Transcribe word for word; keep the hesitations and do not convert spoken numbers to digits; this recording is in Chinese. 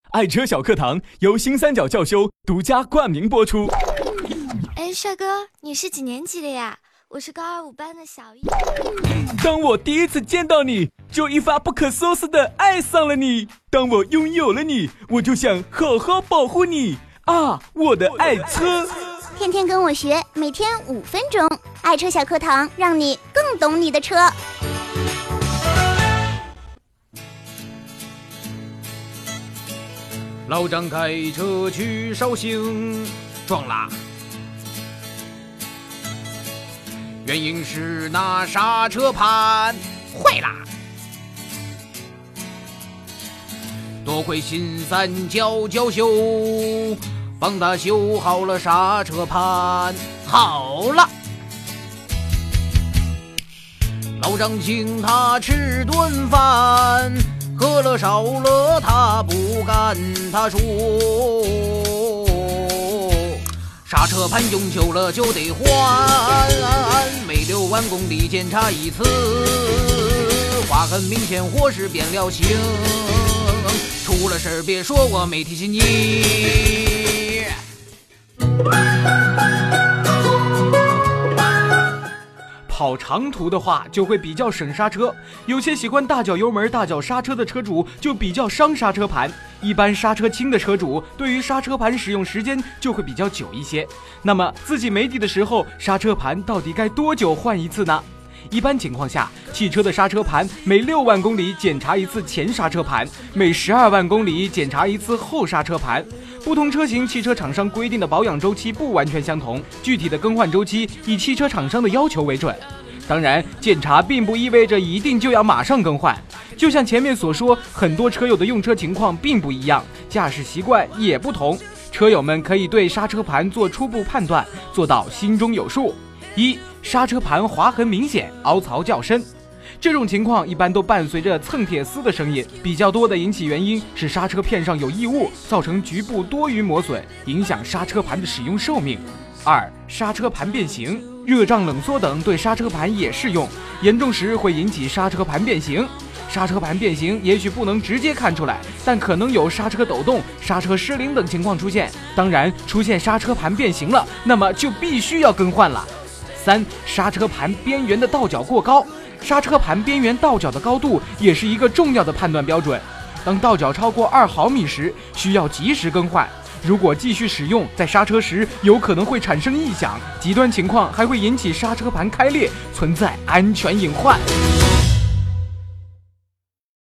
爱车小课堂由新三角教修独家冠名播出。 哎，帅哥，你是几年级的呀？我是高二五班的小一。 当我第一次见到你，就一发不可收拾的爱上了你。当我拥有了你，我就想好好保护你啊，我的爱车。 天天跟我学，每天五分钟，爱车小课堂，让你更懂你的车。 老张开车去绍兴，撞啦！原因是那刹车盘坏啦。多亏新三角教修，帮他修好了刹车盘。好了，老张请他吃顿饭，喝了少了他不干，他说刹车盘用久了就得换，每六万公里检查一次，划痕明显或是变了形，出了事别说我没提醒你。 跑长途的话就会比较省刹车，有些喜欢大脚油门大脚刹车的车主就比较伤刹车盘，一般刹车轻的车主对于刹车盘使用时间就会比较久一些。那么自己没底的时候，刹车盘到底该多久换一次呢？一般情况下，汽车的刹车盘每六万公里检查一次前刹车盘，每十二万公里检查一次后刹车盘。不同车型汽车厂商规定的保养周期不完全相同，具体的更换周期以汽车厂商的要求为准。当然，检查并不意味着一定就要马上更换，就像前面所说，很多车友的用车情况并不一样，驾驶习惯也不同，车友们可以对刹车盘做初步判断，做到心中有数。一、刹车盘划痕明显，凹槽较深。这种情况一般都伴随着蹭铁丝的声音，比较多的引起原因是刹车片上有异物，造成局部多余磨损，影响刹车盘的使用寿命。二、刹车盘变形，热胀冷缩等对刹车盘也适用，严重时会引起刹车盘变形。刹车盘变形也许不能直接看出来，但可能有刹车抖动、刹车失灵等情况出现。当然，出现刹车盘变形了，那么就必须要更换了。三、刹车盘边缘的倒角过高，刹车盘边缘倒角的高度也是一个重要的判断标准。当倒角超过二毫米时，需要及时更换。如果继续使用，在刹车时有可能会产生异响，极端情况还会引起刹车盘开裂，存在安全隐患。